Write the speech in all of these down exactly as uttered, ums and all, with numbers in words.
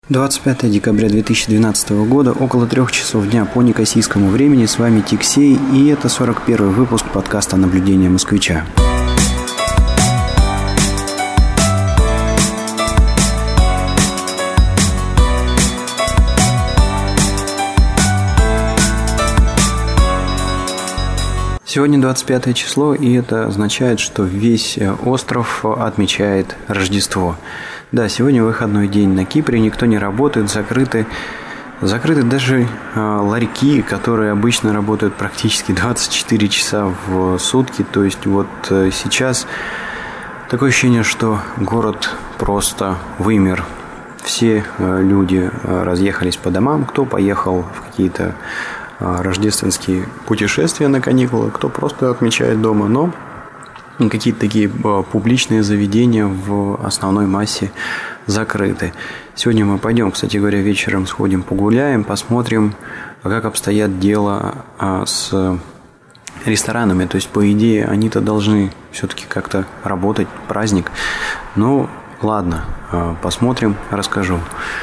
двадцать пятое декабря две тысячи двенадцатого года, около трех часов дня по некосийскому времени. С вами Тиксей, и это сорок первый выпуск подкаста «Наблюдение москвича». Сегодня двадцать пятое число, и это означает, что весь остров отмечает Рождество. Да, сегодня выходной день на Кипре, никто не работает, закрыты, закрыты даже э, ларьки, которые обычно работают практически двадцать четыре часа в сутки. То есть вот э, сейчас такое ощущение, что город просто вымер. Все э, люди э, разъехались по домам, кто поехал в какие-то рождественские путешествия на каникулы, кто просто отмечает дома, но какие-то такие публичные заведения в основной массе закрыты. Сегодня мы пойдем, кстати говоря, вечером сходим погуляем, посмотрим, как обстоят дела с ресторанами. То есть, по идее, они-то должны все-таки как-то работать, праздник. Ну, ладно, посмотрим, расскажу.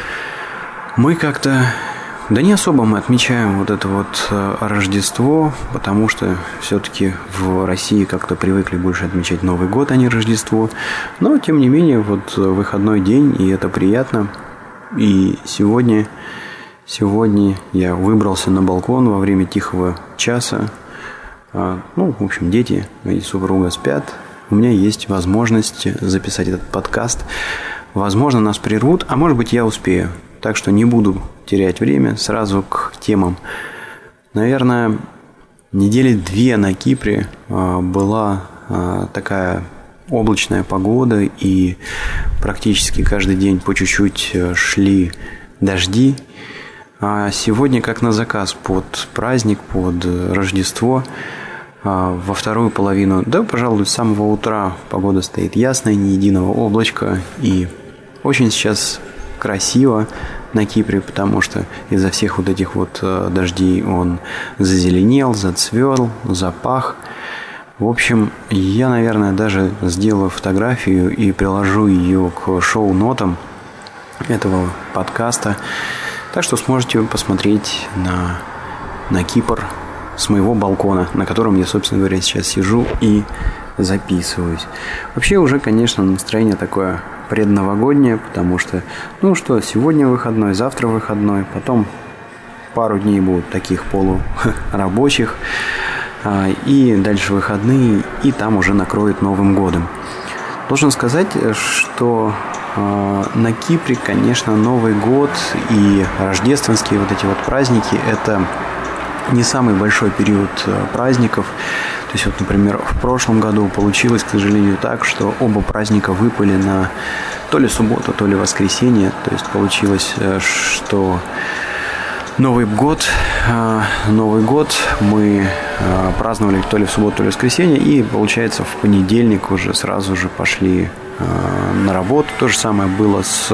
Мы как-то Да не особо мы отмечаем вот это вот Рождество, потому что все-таки в России как-то привыкли больше отмечать Новый год, а не Рождество. Но, тем не менее, вот выходной день, и это приятно. И сегодня, сегодня я выбрался на балкон во время тихого часа. Ну, в общем, дети и супруга спят. У меня есть возможность записать этот подкаст. Возможно, нас прервут, а может быть, я успею. Так что не буду терять время, сразу к темам. Наверное, недели две на Кипре была такая облачная погода, и практически каждый день по чуть-чуть шли дожди. А сегодня, как на заказ, под праздник, под Рождество, во вторую половину, да, пожалуй, с самого утра погода стоит ясная, ни единого облачка, и очень сейчас красиво на Кипре, потому что из-за всех вот этих вот дождей он зазеленел, зацвел, запах. В общем, я, наверное, даже сделаю фотографию и приложу ее к шоу-нотам этого подкаста. Так что сможете посмотреть на, на Кипр с моего балкона, на котором я, собственно говоря, сейчас сижу и записываюсь. Вообще уже, конечно, настроение такое предновогоднее, потому что, ну что, сегодня выходной, завтра выходной, потом пару дней будут таких полурабочих, и дальше выходные, и там уже накроет Новым годом. Должен сказать, что на Кипре, конечно, Новый год и рождественские вот эти вот праздники – это не самый большой период праздников. То есть, вот, например, в прошлом году получилось, к сожалению, так, что оба праздника выпали на то ли субботу, то ли воскресенье. То есть, получилось, что Новый год, Новый год мы праздновали то ли в субботу, то ли в воскресенье. И, получается, в понедельник уже сразу же пошли на работу. То же самое было с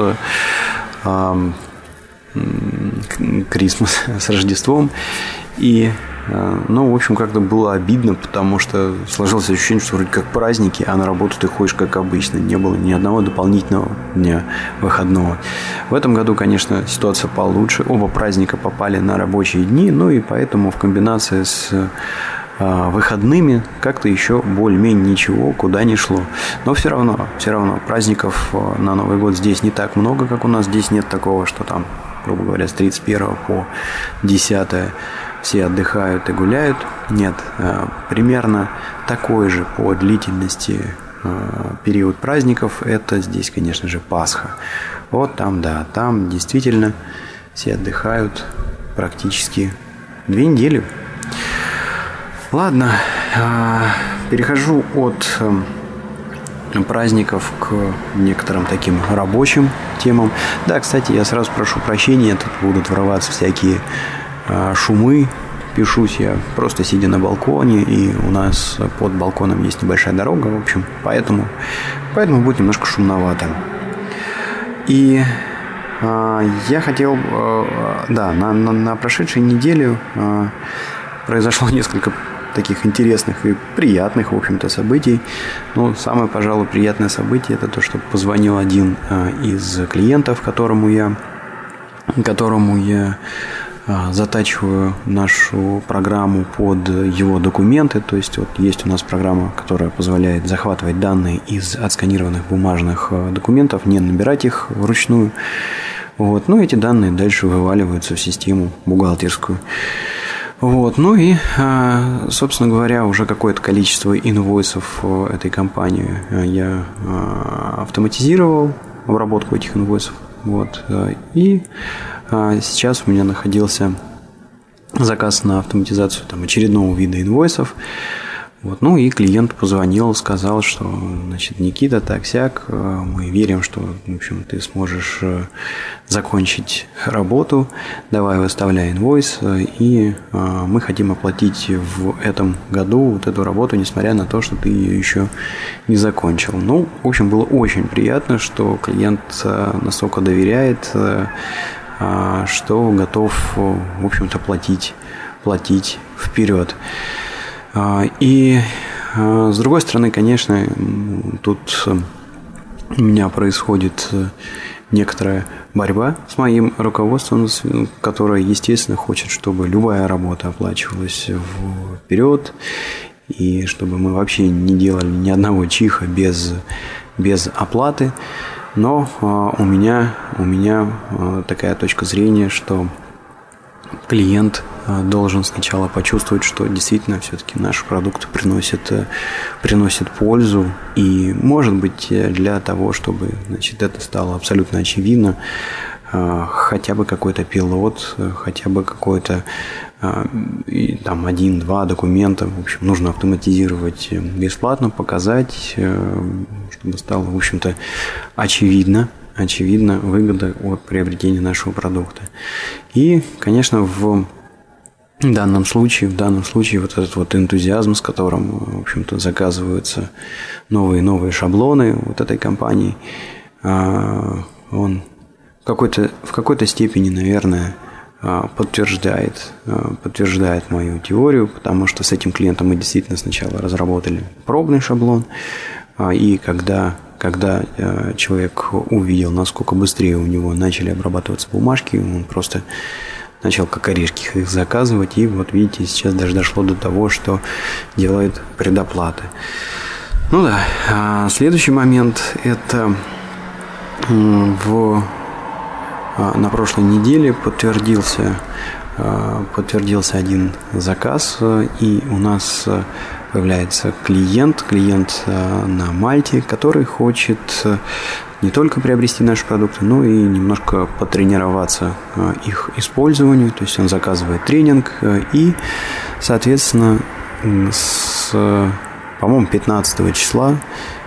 Крисмас, с Рождеством. И, ну, в общем, как-то было обидно, потому что сложилось ощущение, что вроде как праздники, а на работу ты ходишь как обычно. Не было ни одного дополнительного дня выходного. В этом году, конечно, ситуация получше. Оба праздника попали на рабочие дни, ну и поэтому в комбинации с выходными как-то еще более-менее ничего, куда ни шло. Но все равно, все равно праздников на Новый год здесь не так много, как у нас. Здесь нет такого, что там, грубо говоря, с тридцать первого по десятое все отдыхают и гуляют. Нет, примерно такой же по длительности период праздников. Это здесь, конечно же, Пасха. Вот там, да, там действительно все отдыхают практически две недели. Ладно, перехожу от праздников к некоторым таким рабочим темам. Да, кстати, я сразу прошу прощения, тут будут врываться всякие шумы. Пишусь я просто сидя на балконе, и у нас под балконом есть небольшая дорога, в общем, поэтому, поэтому будет немножко шумновато. И э, я хотел, э, да, на, на, на прошедшей неделе э, произошло несколько таких интересных и приятных, в общем-то, событий. Но самое, пожалуй, приятное событие – это то, что позвонил один из клиентов, которому я которому я затачиваю нашу программу под его документы. То есть вот есть у нас программа, которая позволяет захватывать данные из отсканированных бумажных документов, не набирать их вручную. Вот. Ну, эти данные дальше вываливаются в систему бухгалтерскую. Вот. Ну и, собственно говоря, уже какое-то количество инвойсов этой компании я автоматизировал, обработку этих инвойсов. Вот. И сейчас у меня находился заказ на автоматизацию там, очередного вида инвойсов. Вот. Ну и клиент позвонил, сказал, что, значит, Никита, так-сяк, мы верим, что, в общем, ты сможешь закончить работу, давай выставляй инвойс, и мы хотим оплатить в этом году вот эту работу, несмотря на то, что ты ее еще не закончил. Ну, в общем, было очень приятно, что клиент настолько доверяет, что готов, в общем-то, платить, платить вперед. И с другой стороны, конечно, тут у меня происходит некоторая борьба с моим руководством, которое, естественно, хочет, чтобы любая работа оплачивалась вперед, и чтобы мы вообще не делали ни одного чиха без, без оплаты. Но у меня, у меня такая точка зрения, что клиент должен сначала почувствовать, что действительно все-таки наш продукт приносит, приносит пользу. И, может быть, для того, чтобы, значит, это стало абсолютно очевидно, хотя бы какой-то пилот, хотя бы какой-то там один-два документа, в общем, нужно автоматизировать бесплатно, показать, чтобы стало, в общем-то, очевидно, очевидно выгода от приобретения нашего продукта. И, конечно, в данном случае, в данном случае вот этот вот энтузиазм, с которым, в общем-то, заказываются новые и новые шаблоны вот этой компании, он в какой-то, в какой-то степени, наверное, подтверждает, подтверждает мою теорию, потому что с этим клиентом мы действительно сначала разработали пробный шаблон, и когда, когда человек увидел, насколько быстрее у него начали обрабатываться бумажки, он просто начал как орешки их заказывать, и вот видите, сейчас даже дошло до того, что делает предоплаты. Ну да, следующий момент – это в на прошлой неделе подтвердился, подтвердился один заказ, и у нас появляется клиент, клиент на Мальте, который хочет не только приобрести наши продукты, но и немножко потренироваться их использованию. То есть он заказывает тренинг, и, соответственно, с, по-моему, пятнадцатого числа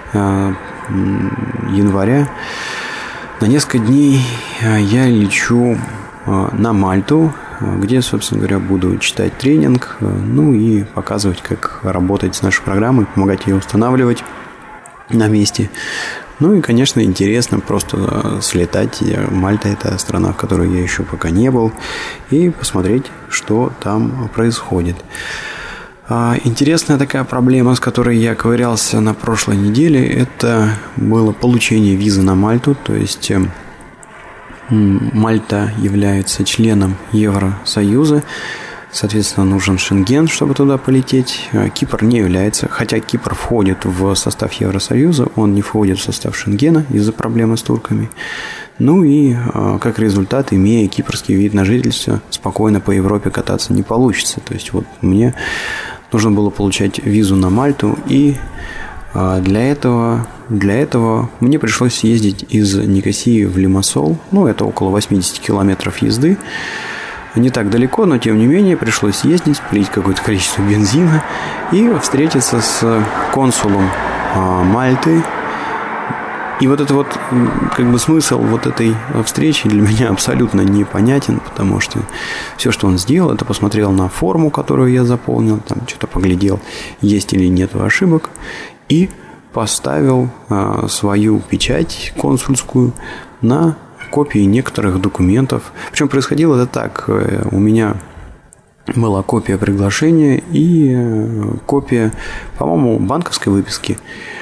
января на несколько дней я лечу на Мальту, где, собственно говоря, буду читать тренинг, ну и показывать, как работать с нашей программой, помогать ее устанавливать на месте. Ну и, конечно, интересно просто слетать. Мальта – это страна, в которой я еще пока не был, и посмотреть, что там происходит. Интересная такая проблема, с которой я ковырялся на прошлой неделе, это было получение визы на Мальту. То есть Мальта является членом Евросоюза, соответственно, нужен Шенген, чтобы туда полететь. Кипр не является, хотя Кипр входит в состав Евросоюза, он не входит в состав Шенгена из-за проблемы с турками. Ну и, как результат, имея кипрский вид на жительство, спокойно по Европе кататься не получится. То есть вот мне нужно было получать визу на Мальту, и для этого, для этого мне пришлось съездить из Никосии в Лимассол. Ну, это около восемьдесят километров езды. Не так далеко, но тем не менее пришлось ездить, пролить какое-то количество бензина и встретиться с консулом Мальты. И вот это вот, как бы, смысл вот этой встречи для меня абсолютно непонятен, потому что все, что он сделал, это посмотрел на форму, которую я заполнил, там что-то поглядел, есть или нет ошибок, и поставил а, свою печать консульскую на копии некоторых документов. Причем происходило это так: у меня была копия приглашения и копия, по-моему, банковской выписки.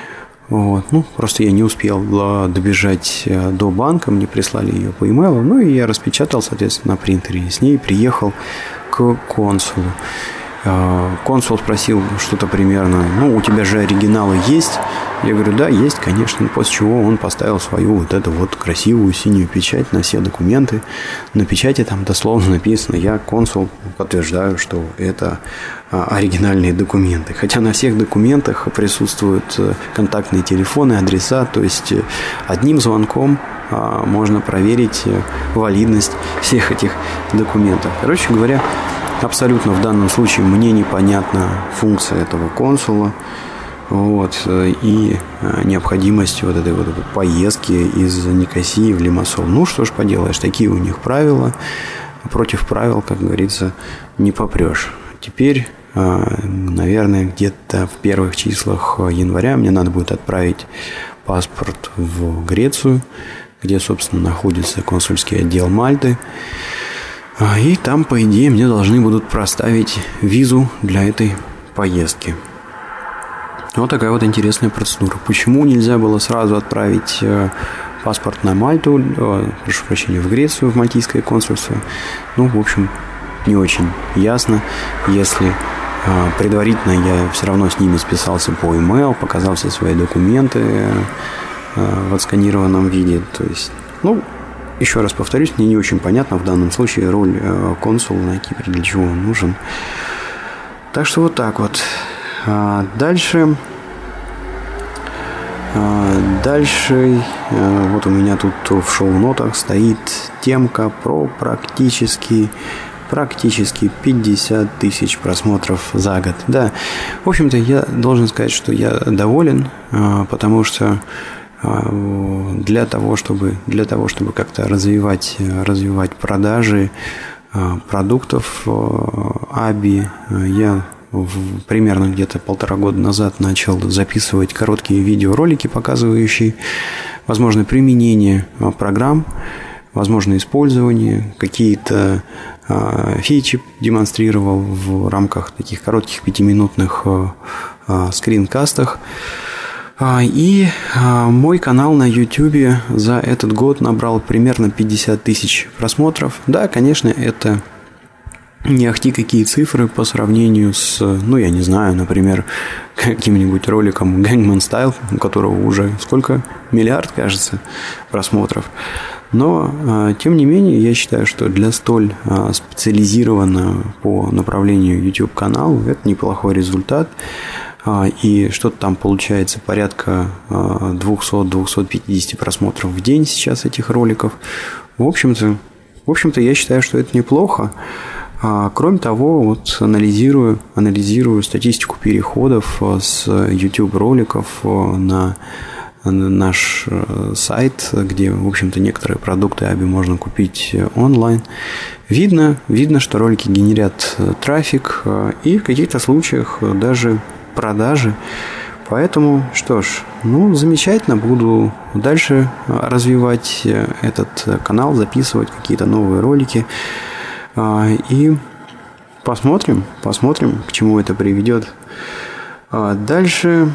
Вот. Ну, просто я не успел добежать до банка, мне прислали ее по e-mail, ну и я распечатал, соответственно, на принтере, и с ней приехал к консулу. Консул спросил что-то примерно, ну, у тебя же оригиналы есть? Я говорю, да, есть, конечно. После чего он поставил свою вот эту вот красивую синюю печать на все документы. На печати там дословно написано, я, консул, подтверждаю, что это оригинальные документы. Хотя на всех документах присутствуют контактные телефоны, адреса, то есть одним звонком можно проверить валидность всех этих документов. Короче говоря, абсолютно в данном случае мне непонятна функция этого консула, вот, и необходимость вот этой вот поездки из Никосии в Лимассол. Ну, что ж поделаешь, такие у них правила. Против правил, как говорится, не попрешь. Теперь, наверное, где-то в первых числах января мне надо будет отправить паспорт в Грецию, где, собственно, находится консульский отдел Мальты. И там, по идее, мне должны будут проставить визу для этой поездки. Вот такая вот интересная процедура. Почему нельзя было сразу отправить паспорт на Мальту, прошу прощения, в Грецию, в мальтийское консульство? Ну, в общем, не очень ясно. Если предварительно я все равно с ними списался по e-mail, показал все свои документы в отсканированном виде. То есть, ну, еще раз повторюсь, мне не очень понятна в данном случае роль консула на Кипре, для чего он нужен. Так что вот так вот. Дальше, дальше, вот у меня тут в шоу-нотах стоит темка про практически, практически пятьдесят тысяч просмотров за год. Да, в общем-то, я должен сказать, что я доволен, потому что для того, чтобы, для того, чтобы как-то развивать, развивать продажи продуктов Аби, я в, примерно где-то полтора года назад начал записывать короткие видеоролики, показывающие возможное применение программ, возможное использование, какие-то э, фичи демонстрировал в рамках таких коротких пятиминутных э, э, скринкастах. И мой канал на YouTube за этот год набрал примерно пятьдесят тысяч просмотров. Да, конечно, это не ахти какие цифры по сравнению с, ну, я не знаю, например, каким-нибудь роликом Gangnam Style, у которого уже сколько? Миллиард, кажется, просмотров. Но, тем не менее, я считаю, что для столь специализированного по направлению YouTube канала это неплохой результат. И что-то там получается порядка двести-двести пятьдесят просмотров в день сейчас этих роликов. В общем-то, в общем-то, я считаю, что это неплохо. Кроме того, вот анализирую, анализирую статистику переходов с YouTube-роликов на наш сайт, где, в общем-то, некоторые продукты Аби можно купить онлайн. Видно, видно, что ролики генерят трафик и в каких-то случаях даже продажи. Поэтому, что ж, ну, замечательно, буду дальше развивать этот канал, записывать какие-то новые ролики. И посмотрим, посмотрим, к чему это приведет. Дальше,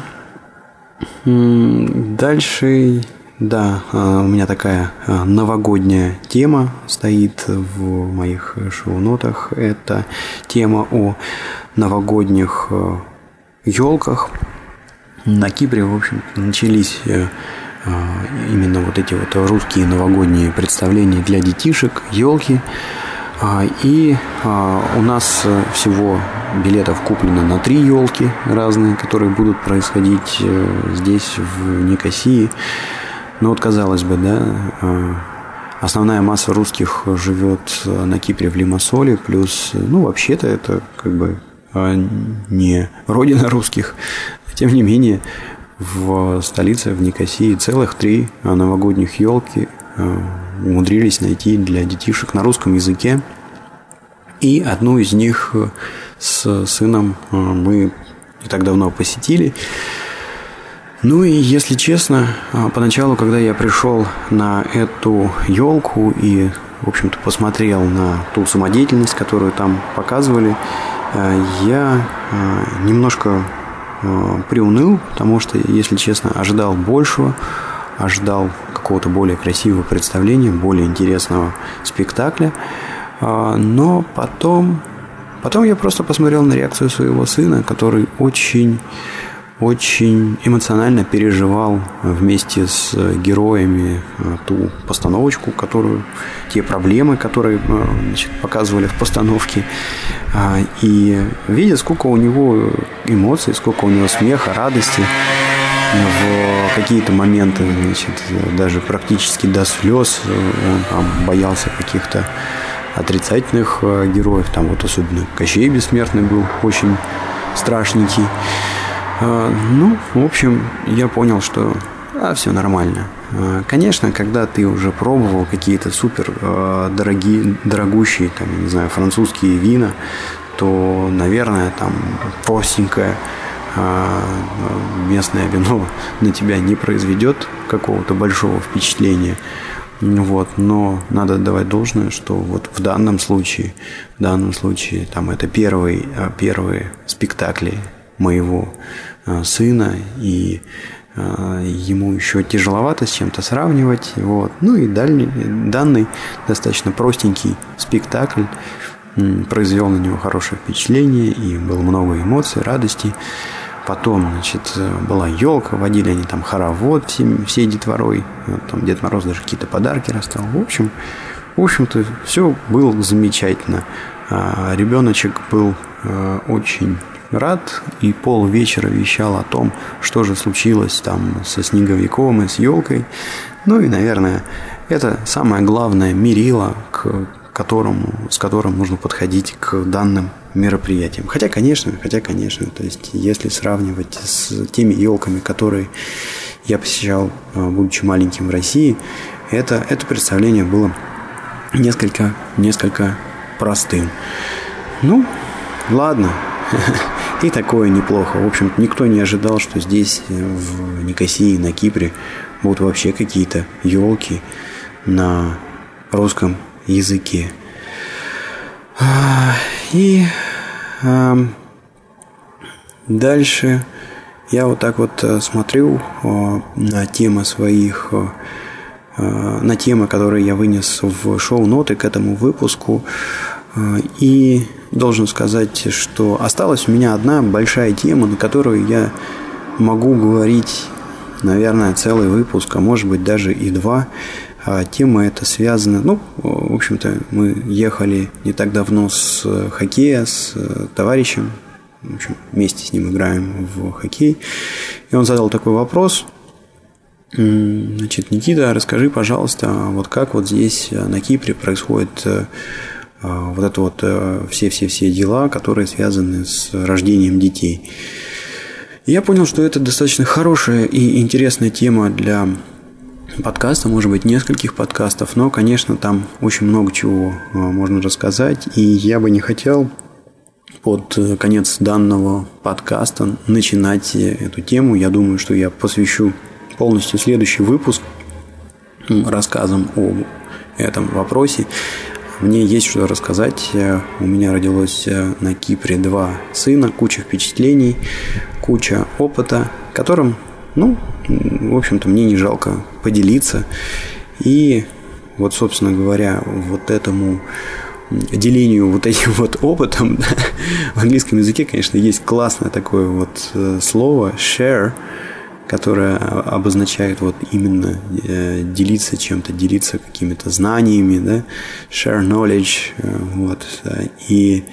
дальше, да, у меня такая новогодняя тема стоит в моих шоу-нотах. Это тема о новогодних елках. На Кипре, в общем, начались именно вот эти вот русские новогодние представления для детишек, елки. И у нас всего билетов куплено на три елки разные, которые будут происходить здесь, в Никосии. Но вот, казалось бы, да, основная масса русских живет на Кипре, в Лимассоле, плюс, ну, вообще-то это как бы не родина русских. Тем не менее, в столице, в Никосии, целых три новогодних елки умудрились найти для детишек на русском языке. И одну из них с сыном мы не так давно посетили. Ну и, если честно, поначалу, когда я пришел на эту елку и, в общем-то, посмотрел на ту самодеятельность, которую там показывали, я немножко приуныл, потому что, если честно, ожидал большего, ожидал какого-то более красивого представления, более интересного спектакля. Но потом, потом я просто посмотрел на реакцию своего сына, который очень, очень эмоционально переживал вместе с героями ту постановочку, которую, те проблемы, которые, значит, показывали в постановке. И видя, сколько у него эмоций, сколько у него смеха, радости, в какие-то моменты, значит, даже практически до слез, он там боялся каких-то отрицательных героев, там вот особенно Кощей Бессмертный был очень страшненький. Ну, в общем, я понял, что а, все нормально. Конечно, когда ты уже пробовал какие-то супер дорогие, дорогущие, там, не знаю, французские вина, то, наверное, там простенькое местное вино на тебя не произведет какого-то большого впечатления. Вот, но надо отдавать должное, что вот в данном случае, в данном случае, там это первые, первые спектакли моего сына, и ему еще тяжеловато с чем-то сравнивать. Вот. Ну и дальний, данный достаточно простенький спектакль произвел на него хорошее впечатление, и было много эмоций, радости. Потом, значит, была елка, водили они там хоровод всем, всей детворой. Вот, там Дед Мороз даже какие-то подарки расставил. В общем, в общем-то, все было замечательно. А ребеночек был а, очень рад, и полвечера вещал о том, что же случилось там со снеговиком и с елкой. Ну и, наверное, это самое главное мерило, к которому, с которым нужно подходить к данным мероприятиям. Хотя, конечно, хотя, конечно, то есть, если сравнивать с теми елками, которые я посещал, будучи маленьким в России, это, это представление было несколько, несколько простым. Ну, ладно, и такое неплохо. В общем, никто не ожидал, что здесь, в Никосии, на Кипре, будут вообще какие-то елки на русском языке. И э, дальше я вот так вот смотрю э, на темы своих, э, на темы, которые я вынес в шоу-ноты к этому выпуску, э, и должен сказать, что осталась у меня одна большая тема, на которую я могу говорить, наверное, целый выпуск, а может быть даже и два. А тема эта связана, ну, в общем-то, мы ехали не так давно с хоккея, с товарищем, в общем, вместе с ним играем в хоккей, и он задал такой вопрос: значит, Никита, расскажи, пожалуйста, вот как вот здесь на Кипре происходит вот это вот все-все-все дела, которые связаны с рождением детей. И я понял, что это достаточно хорошая и интересная тема для подкаста, может быть, нескольких подкастов, но, конечно, там очень много чего можно рассказать, и я бы не хотел под конец данного подкаста начинать эту тему. Я думаю, что я посвящу полностью следующий выпуск рассказам об этом вопросе. Мне есть что рассказать. У меня родилось на Кипре два сына, куча впечатлений, куча опыта, которым, ну, в общем-то, мне не жалко поделиться. И вот, собственно говоря, вот этому делению вот этим вот опытом, да, в английском языке, конечно, есть классное такое вот слово share, которое обозначает вот именно делиться чем-то, делиться какими-то знаниями, да, share knowledge, вот, да, и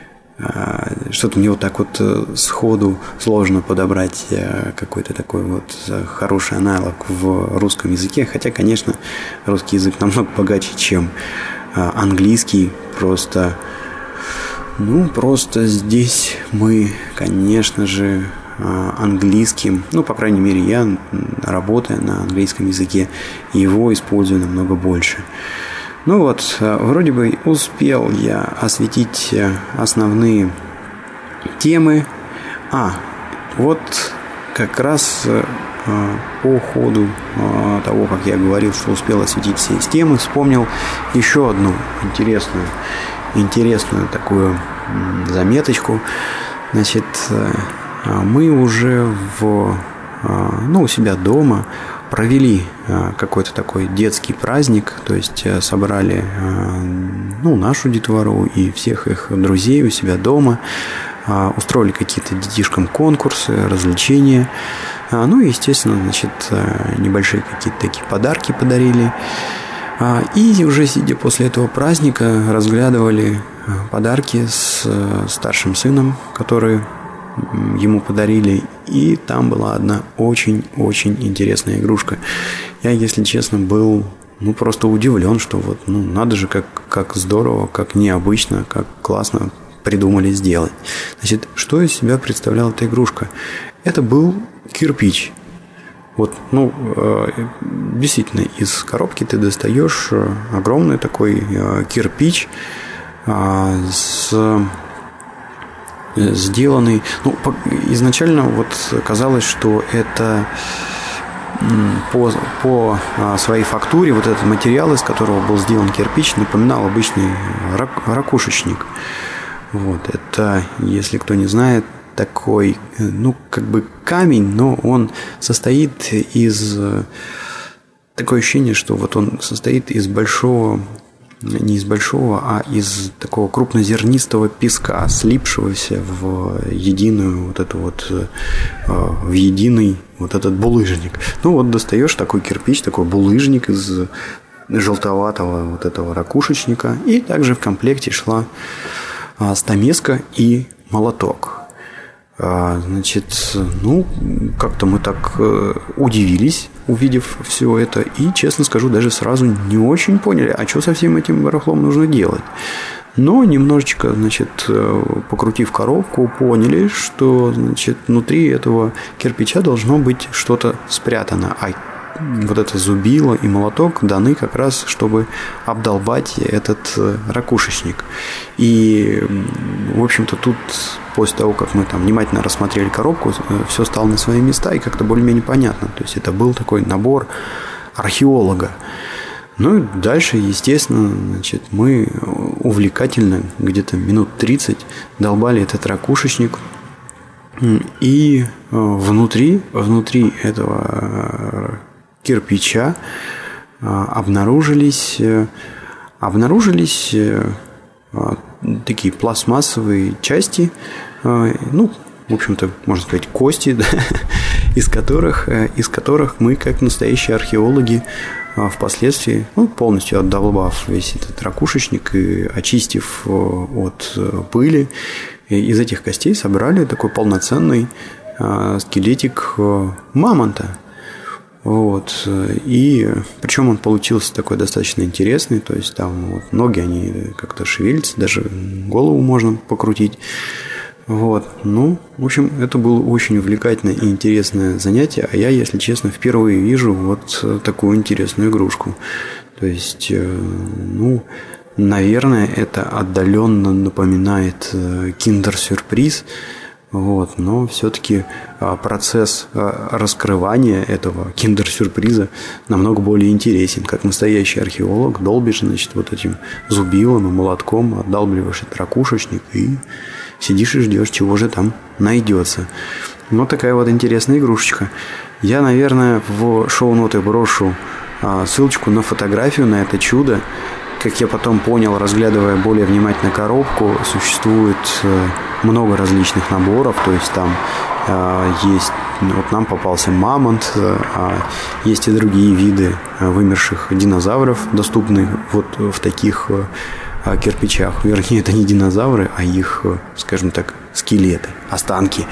что-то мне вот так вот сходу сложно подобрать какой-то такой вот хороший аналог в русском языке, хотя, конечно, русский язык намного богаче, чем английский, просто, ну, просто здесь мы, конечно же, английским, ну, по крайней мере, я, работая на английском языке, его использую намного больше. Ну вот, вроде бы успел я осветить основные темы. А, вот как раз по ходу того, как я говорил, что успел осветить все темы, вспомнил еще одну интересную, интересную такую заметочку. Значит, мы уже в, ну, у себя дома провели какой-то такой детский праздник, то есть собрали, ну, нашу детвору и всех их друзей у себя дома, устроили какие-то детишкам конкурсы, развлечения, ну и, естественно, значит, небольшие какие-то такие подарки подарили. И уже сидя после этого праздника разглядывали подарки с старшим сыном, которые ему подарили, и там была одна очень-очень интересная игрушка. Я, если честно, был, ну, просто удивлен, что вот, ну, надо же, как, как здорово, как необычно, как классно придумали сделать. Значит, что из себя представляла эта игрушка? Это был кирпич. Вот, ну, действительно, из коробки ты достаешь огромный такой кирпич с сделанный, ну, изначально вот казалось, что это по, по своей фактуре вот этот материал, из которого был сделан кирпич, напоминал обычный рак, ракушечник. Вот, это, если кто не знает, такой, ну, как бы камень, но он состоит из... Такое ощущение, что вот он состоит из большого... не из большого, а из такого крупнозернистого песка, слипшегося в единую вот эту вот, в единый вот этот булыжник. Ну вот достаешь такой кирпич, такой булыжник из желтоватого вот этого ракушечника, и также в комплекте шла стамеска и молоток. Значит, ну, как-то мы так удивились, увидев все это, и, честно скажу, даже сразу не очень поняли, а что со всем этим барахлом нужно делать. Но немножечко, значит, покрутив коробку, поняли, что, значит, внутри этого кирпича должно быть что-то спрятано, а вот это зубило и молоток даны как раз, чтобы обдолбать этот ракушечник. И, в общем-то, тут после того, как мы там внимательно рассмотрели коробку, все стало на свои места и как-то более-менее понятно. То есть это был такой набор археолога. Ну и дальше, естественно, значит, мы увлекательно где-то минут тридцать долбали этот ракушечник. И внутри, внутри этого кирпича обнаружились, обнаружились такие пластмассовые части, ну, в общем-то, можно сказать, кости, да, из которых, из которых мы, как настоящие археологи, впоследствии, ну, полностью отдолбав весь этот ракушечник и очистив от пыли, из этих костей собрали такой полноценный скелетик мамонта. Вот. И причем он получился такой достаточно интересный, то есть там вот ноги, они как-то шевелятся, даже голову можно покрутить. Вот. Ну, в общем, это было очень увлекательное и интересное занятие, а я, если честно, впервые вижу вот такую интересную игрушку. То есть, ну, наверное, это отдаленно напоминает киндер-сюрприз. Вот, но все-таки процесс раскрывания этого киндер-сюрприза намного более интересен. Как настоящий археолог долбишь, значит, вот этим зубилом и молотком, отдалбливаешь этот ракушечник и сидишь и ждешь, чего же там найдется. Вот такая вот интересная игрушечка. Я, наверное, в шоу-ноты брошу ссылочку на фотографию на это чудо. Как я потом понял, разглядывая более внимательно коробку, существует много различных наборов, то есть там э, есть, вот нам попался мамонт, э, а есть и другие виды вымерших динозавров, доступны вот в таких э, кирпичах. Вернее, это не динозавры, а их, э, скажем так, скелеты, останки.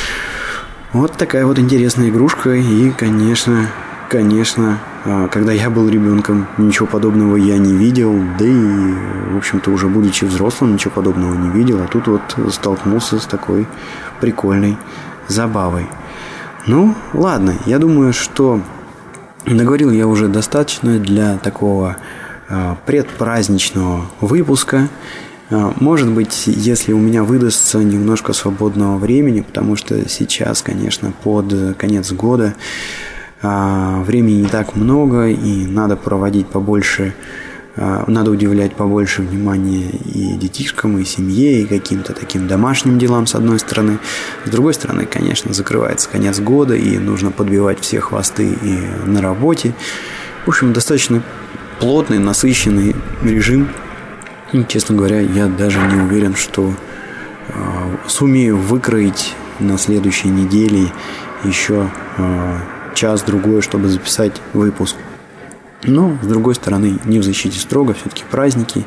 Вот такая вот интересная игрушка, и, конечно... Конечно, когда я был ребенком, ничего подобного я не видел, да и, в общем-то, уже будучи взрослым, ничего подобного не видел, а тут вот столкнулся с такой прикольной забавой. Ну, ладно, я думаю, что наговорил я уже достаточно для такого предпраздничного выпуска. Может быть, если у меня выдастся немножко свободного времени, потому что сейчас, конечно, под конец года времени не так много, и надо проводить побольше надо уделять побольше внимания и детишкам, и семье, и каким-то таким домашним делам, с одной стороны. С другой стороны, конечно, закрывается конец года, и нужно подбивать все хвосты и на работе. В общем, достаточно плотный, насыщенный режим. И, честно говоря, я даже не уверен, что э, сумею выкроить на следующей неделе еще э, час-другой, чтобы записать выпуск. Но, с другой стороны, не в защите строго, все-таки праздники.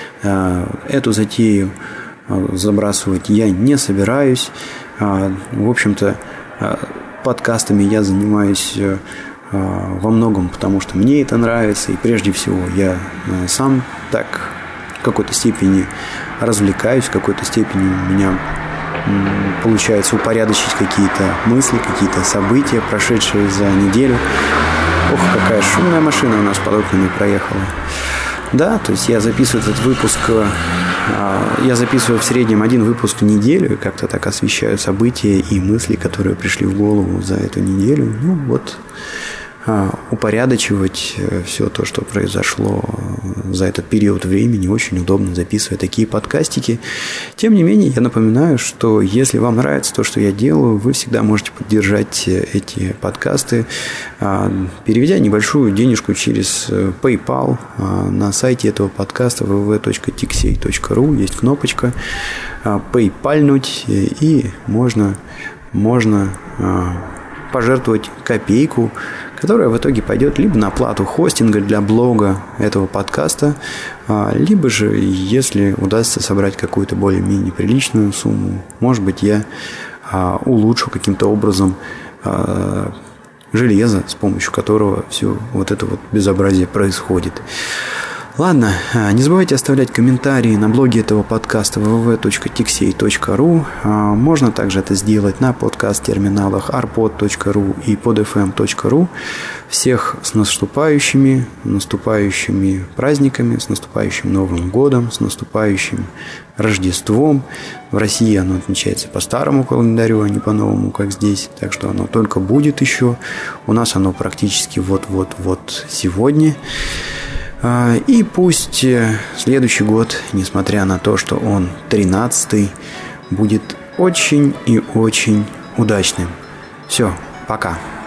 Эту затею забрасывать я не собираюсь. В общем-то, подкастами я занимаюсь во многом, потому что мне это нравится. И прежде всего, я сам так в какой-то степени развлекаюсь, в какой-то степени у меня получается упорядочить какие-то мысли, какие-то события, прошедшие за неделю. Ох, какая шумная машина у нас под окнами проехала. Да, то есть я записываю этот выпуск, я записываю в среднем один выпуск в неделю, и как-то так освещаю события и мысли, которые пришли в голову за эту неделю. Ну вот, упорядочивать все то, что произошло за этот период времени, очень удобно, записывая такие подкастики. Тем не менее, я напоминаю, что если вам нравится то, что я делаю, вы всегда можете поддержать эти подкасты, переведя небольшую денежку через PayPal. На сайте этого подкаста дабл ю дабл ю дабл ю точка тиксей точка ру есть кнопочка PayPal-нуть, и можно, можно пожертвовать копейку, которая в итоге пойдет либо на оплату хостинга для блога этого подкаста, либо же, если удастся собрать какую-то более-менее приличную сумму, может быть, я улучшу каким-то образом железо, с помощью которого все вот это вот безобразие происходит. Ладно, не забывайте оставлять комментарии на блоге этого подкаста дабл ю дабл ю дабл ю точка тиксей точка ру. Можно также это сделать на подкаст-терминалах арпод точка ру и подэфэм точка ру. Всех с наступающими, наступающими праздниками, с наступающим Новым годом, с наступающим Рождеством. В России оно отмечается по старому календарю, а не по новому, как здесь. Так что оно только будет еще. У нас оно практически вот-вот-вот сегодня. И пусть следующий год, несмотря на то, что он тринадцатый, будет очень и очень удачным. Все, пока.